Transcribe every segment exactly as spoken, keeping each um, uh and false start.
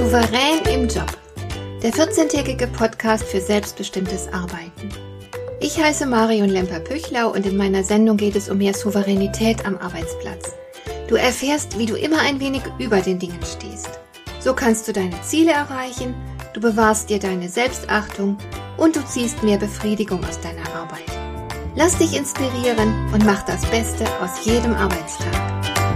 Souverän im Job. Der vierzehntägige Podcast für selbstbestimmtes Arbeiten. Ich heiße Marion Lemper-Püchlau und in meiner Sendung geht es um mehr Souveränität am Arbeitsplatz. Du erfährst, wie du immer ein wenig über den Dingen stehst. So kannst du deine Ziele erreichen, du bewahrst dir deine Selbstachtung und du ziehst mehr Befriedigung aus deiner Arbeit. Lass dich inspirieren und mach das Beste aus jedem Arbeitstag.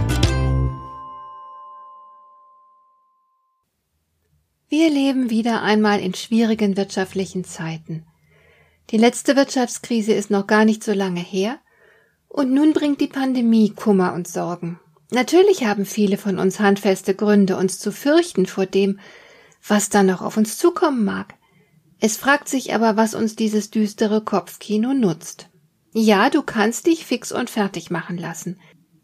Wir leben wieder einmal in schwierigen wirtschaftlichen Zeiten. Die letzte Wirtschaftskrise ist noch gar nicht so lange her und nun bringt die Pandemie Kummer und Sorgen. Natürlich haben viele von uns handfeste Gründe, uns zu fürchten vor dem, was da noch auf uns zukommen mag. Es fragt sich aber, was uns dieses düstere Kopfkino nutzt. Ja, du kannst dich fix und fertig machen lassen.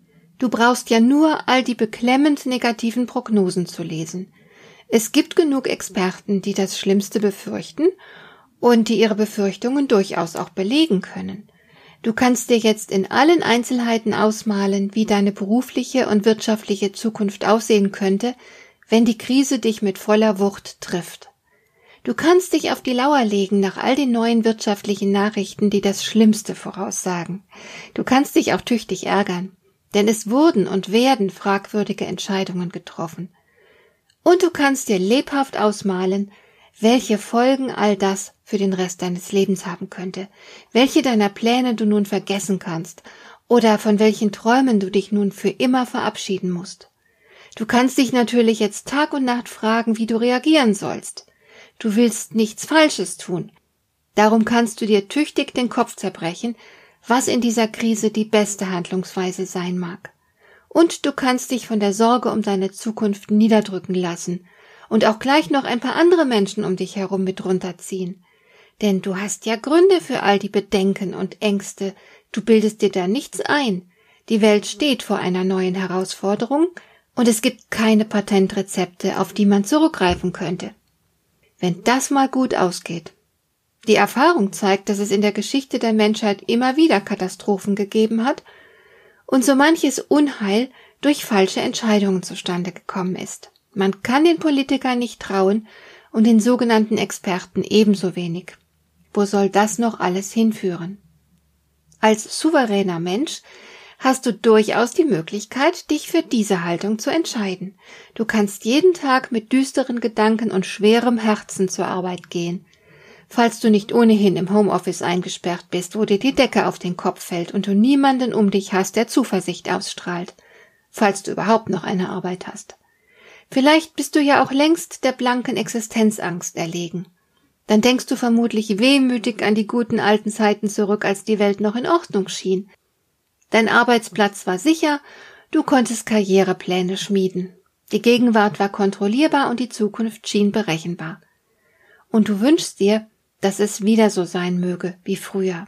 Du brauchst ja nur all die beklemmend negativen Prognosen zu lesen. Es gibt genug Experten, die das Schlimmste befürchten und die ihre Befürchtungen durchaus auch belegen können. Du kannst dir jetzt in allen Einzelheiten ausmalen, wie deine berufliche und wirtschaftliche Zukunft aussehen könnte, wenn die Krise dich mit voller Wucht trifft. Du kannst dich auf die Lauer legen nach all den neuen wirtschaftlichen Nachrichten, die das Schlimmste voraussagen. Du kannst dich auch tüchtig ärgern, denn es wurden und werden fragwürdige Entscheidungen getroffen. Und du kannst dir lebhaft ausmalen, welche Folgen all das für den Rest deines Lebens haben könnte, welche deiner Pläne du nun vergessen kannst oder von welchen Träumen du dich nun für immer verabschieden musst. Du kannst dich natürlich jetzt Tag und Nacht fragen, wie du reagieren sollst. Du willst nichts Falsches tun. Darum kannst du dir tüchtig den Kopf zerbrechen, was in dieser Krise die beste Handlungsweise sein mag. Und du kannst dich von der Sorge um deine Zukunft niederdrücken lassen und auch gleich noch ein paar andere Menschen um dich herum mit runterziehen. Denn du hast ja Gründe für all die Bedenken und Ängste, du bildest dir da nichts ein. Die Welt steht vor einer neuen Herausforderung und es gibt keine Patentrezepte, auf die man zurückgreifen könnte. Wenn das mal gut ausgeht. Die Erfahrung zeigt, dass es in der Geschichte der Menschheit immer wieder Katastrophen gegeben hat und so manches Unheil durch falsche Entscheidungen zustande gekommen ist. Man kann den Politikern nicht trauen und den sogenannten Experten ebenso wenig. Wo soll das noch alles hinführen? Als souveräner Mensch hast du durchaus die Möglichkeit, dich für diese Haltung zu entscheiden. Du kannst jeden Tag mit düsteren Gedanken und schwerem Herzen zur Arbeit gehen. Falls du nicht ohnehin im Homeoffice eingesperrt bist, wo dir die Decke auf den Kopf fällt und du niemanden um dich hast, der Zuversicht ausstrahlt. Falls du überhaupt noch eine Arbeit hast. Vielleicht bist du ja auch längst der blanken Existenzangst erlegen. Dann denkst du vermutlich wehmütig an die guten alten Zeiten zurück, als die Welt noch in Ordnung schien. Dein Arbeitsplatz war sicher, du konntest Karrierepläne schmieden. Die Gegenwart war kontrollierbar und die Zukunft schien berechenbar. Und du wünschst dir, dass es wieder so sein möge wie früher.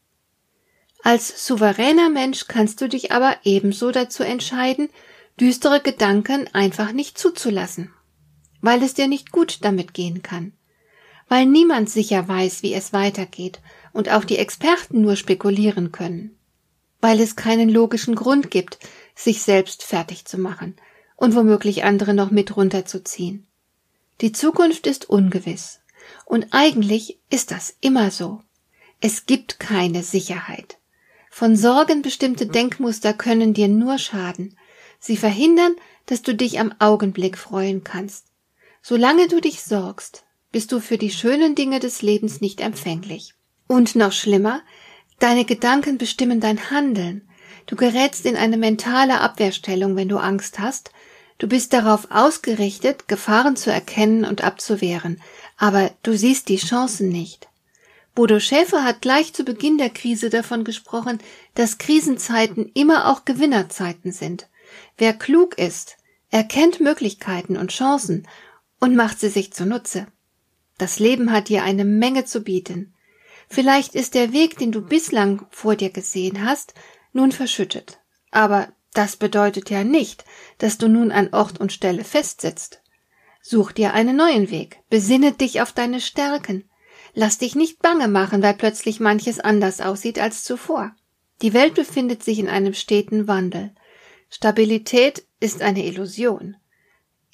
Als souveräner Mensch kannst du dich aber ebenso dazu entscheiden, düstere Gedanken einfach nicht zuzulassen, weil es dir nicht gut damit gehen kann, weil niemand sicher weiß, wie es weitergeht und auch die Experten nur spekulieren können, weil es keinen logischen Grund gibt, sich selbst fertig zu machen und womöglich andere noch mit runterzuziehen. Die Zukunft ist ungewiss. Und eigentlich ist das immer so. Es gibt keine Sicherheit. Von Sorgen bestimmte Denkmuster können dir nur schaden. Sie verhindern, dass du dich am Augenblick freuen kannst. Solange du dich sorgst, bist du für die schönen Dinge des Lebens nicht empfänglich. Und noch schlimmer, deine Gedanken bestimmen dein Handeln. Du gerätst in eine mentale Abwehrstellung, wenn du Angst hast. Du bist darauf ausgerichtet, Gefahren zu erkennen und abzuwehren, aber du siehst die Chancen nicht. Bodo Schäfer hat gleich zu Beginn der Krise davon gesprochen, dass Krisenzeiten immer auch Gewinnerzeiten sind. Wer klug ist, erkennt Möglichkeiten und Chancen und macht sie sich zunutze. Das Leben hat dir eine Menge zu bieten. Vielleicht ist der Weg, den du bislang vor dir gesehen hast, nun verschüttet, aber das bedeutet ja nicht, dass du nun an Ort und Stelle festsitzt. Such dir einen neuen Weg, besinne dich auf deine Stärken. Lass dich nicht bange machen, weil plötzlich manches anders aussieht als zuvor. Die Welt befindet sich in einem steten Wandel. Stabilität ist eine Illusion.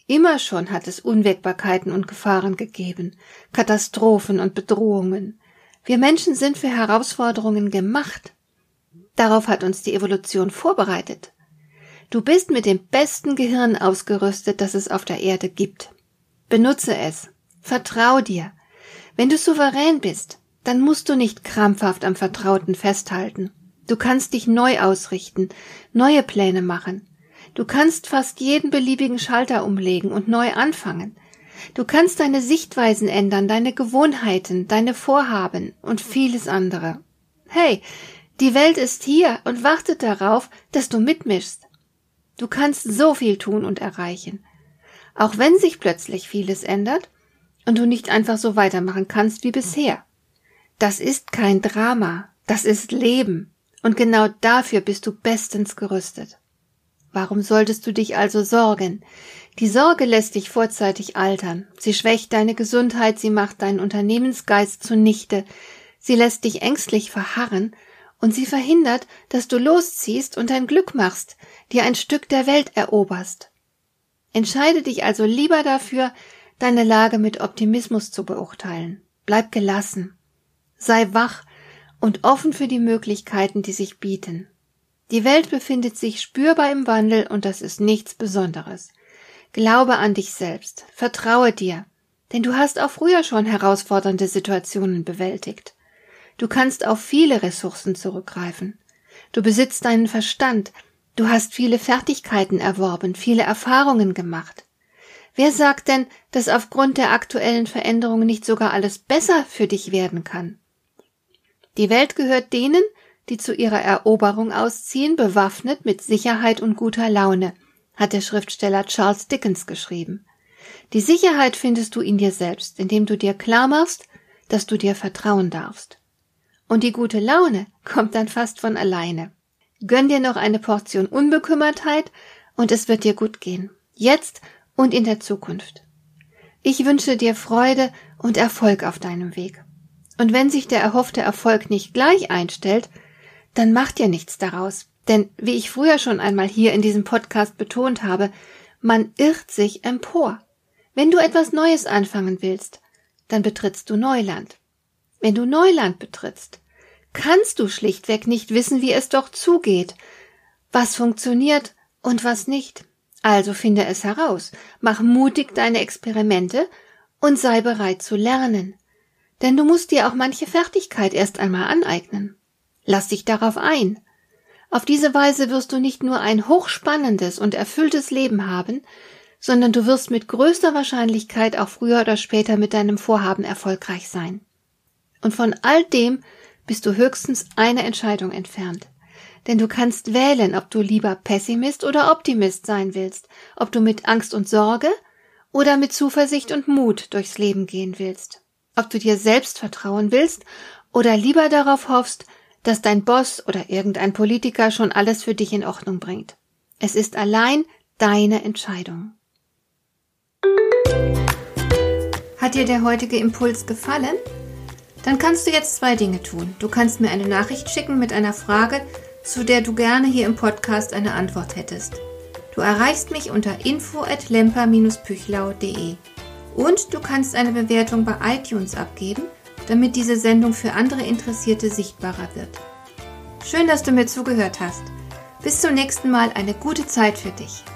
Immer schon hat es Unwägbarkeiten und Gefahren gegeben, Katastrophen und Bedrohungen. Wir Menschen sind für Herausforderungen gemacht. Darauf hat uns die Evolution vorbereitet. Du bist mit dem besten Gehirn ausgerüstet, das es auf der Erde gibt. Benutze es. Vertrau dir. Wenn du souverän bist, dann musst du nicht krampfhaft am Vertrauten festhalten. Du kannst dich neu ausrichten, neue Pläne machen. Du kannst fast jeden beliebigen Schalter umlegen und neu anfangen. Du kannst deine Sichtweisen ändern, deine Gewohnheiten, deine Vorhaben und vieles andere. Hey, die Welt ist hier und wartet darauf, dass du mitmischst. Du kannst so viel tun und erreichen. Auch wenn sich plötzlich vieles ändert und du nicht einfach so weitermachen kannst wie bisher. Das ist kein Drama, das ist Leben. Und genau dafür bist du bestens gerüstet. Warum solltest du dich also sorgen? Die Sorge lässt dich vorzeitig altern. Sie schwächt deine Gesundheit, sie macht deinen Unternehmensgeist zunichte. Sie lässt dich ängstlich verharren und sie verhindert, dass du losziehst und dein Glück machst, dir ein Stück der Welt eroberst. Entscheide dich also lieber dafür, deine Lage mit Optimismus zu beurteilen. Bleib gelassen. Sei wach und offen für die Möglichkeiten, die sich bieten. Die Welt befindet sich spürbar im Wandel und das ist nichts Besonderes. Glaube an dich selbst, vertraue dir, denn du hast auch früher schon herausfordernde Situationen bewältigt. Du kannst auf viele Ressourcen zurückgreifen. Du besitzt deinen Verstand, du hast viele Fertigkeiten erworben, viele Erfahrungen gemacht. Wer sagt denn, dass aufgrund der aktuellen Veränderungen nicht sogar alles besser für dich werden kann? Die Welt gehört denen, die zu ihrer Eroberung ausziehen, bewaffnet mit Sicherheit und guter Laune, hat der Schriftsteller Charles Dickens geschrieben. Die Sicherheit findest du in dir selbst, indem du dir klar machst, dass du dir vertrauen darfst. Und die gute Laune kommt dann fast von alleine. Gönn dir noch eine Portion Unbekümmertheit und es wird dir gut gehen, jetzt und in der Zukunft. Ich wünsche dir Freude und Erfolg auf deinem Weg. Und wenn sich der erhoffte Erfolg nicht gleich einstellt, dann mach dir nichts daraus. Denn, wie ich früher schon einmal hier in diesem Podcast betont habe, man irrt sich empor. Wenn du etwas Neues anfangen willst, dann betrittst du Neuland. Wenn du Neuland betrittst, kannst du schlichtweg nicht wissen, wie es dort zugeht, was funktioniert und was nicht. Also finde es heraus, mach mutig deine Experimente und sei bereit zu lernen. Denn du musst dir auch manche Fertigkeit erst einmal aneignen. Lass dich darauf ein. Auf diese Weise wirst du nicht nur ein hochspannendes und erfülltes Leben haben, sondern du wirst mit größter Wahrscheinlichkeit auch früher oder später mit deinem Vorhaben erfolgreich sein. Und von all dem bist du höchstens eine Entscheidung entfernt. Denn du kannst wählen, ob du lieber Pessimist oder Optimist sein willst, ob du mit Angst und Sorge oder mit Zuversicht und Mut durchs Leben gehen willst, ob du dir selbst vertrauen willst oder lieber darauf hoffst, dass dein Boss oder irgendein Politiker schon alles für dich in Ordnung bringt. Es ist allein deine Entscheidung. Hat dir der heutige Impuls gefallen? Dann kannst du jetzt zwei Dinge tun. Du kannst mir eine Nachricht schicken mit einer Frage, zu der du gerne hier im Podcast eine Antwort hättest. Du erreichst mich unter info at lemper dash püchlau punkt de und du kannst eine Bewertung bei iTunes abgeben, damit diese Sendung für andere Interessierte sichtbarer wird. Schön, dass du mir zugehört hast. Bis zum nächsten Mal, eine gute Zeit für dich.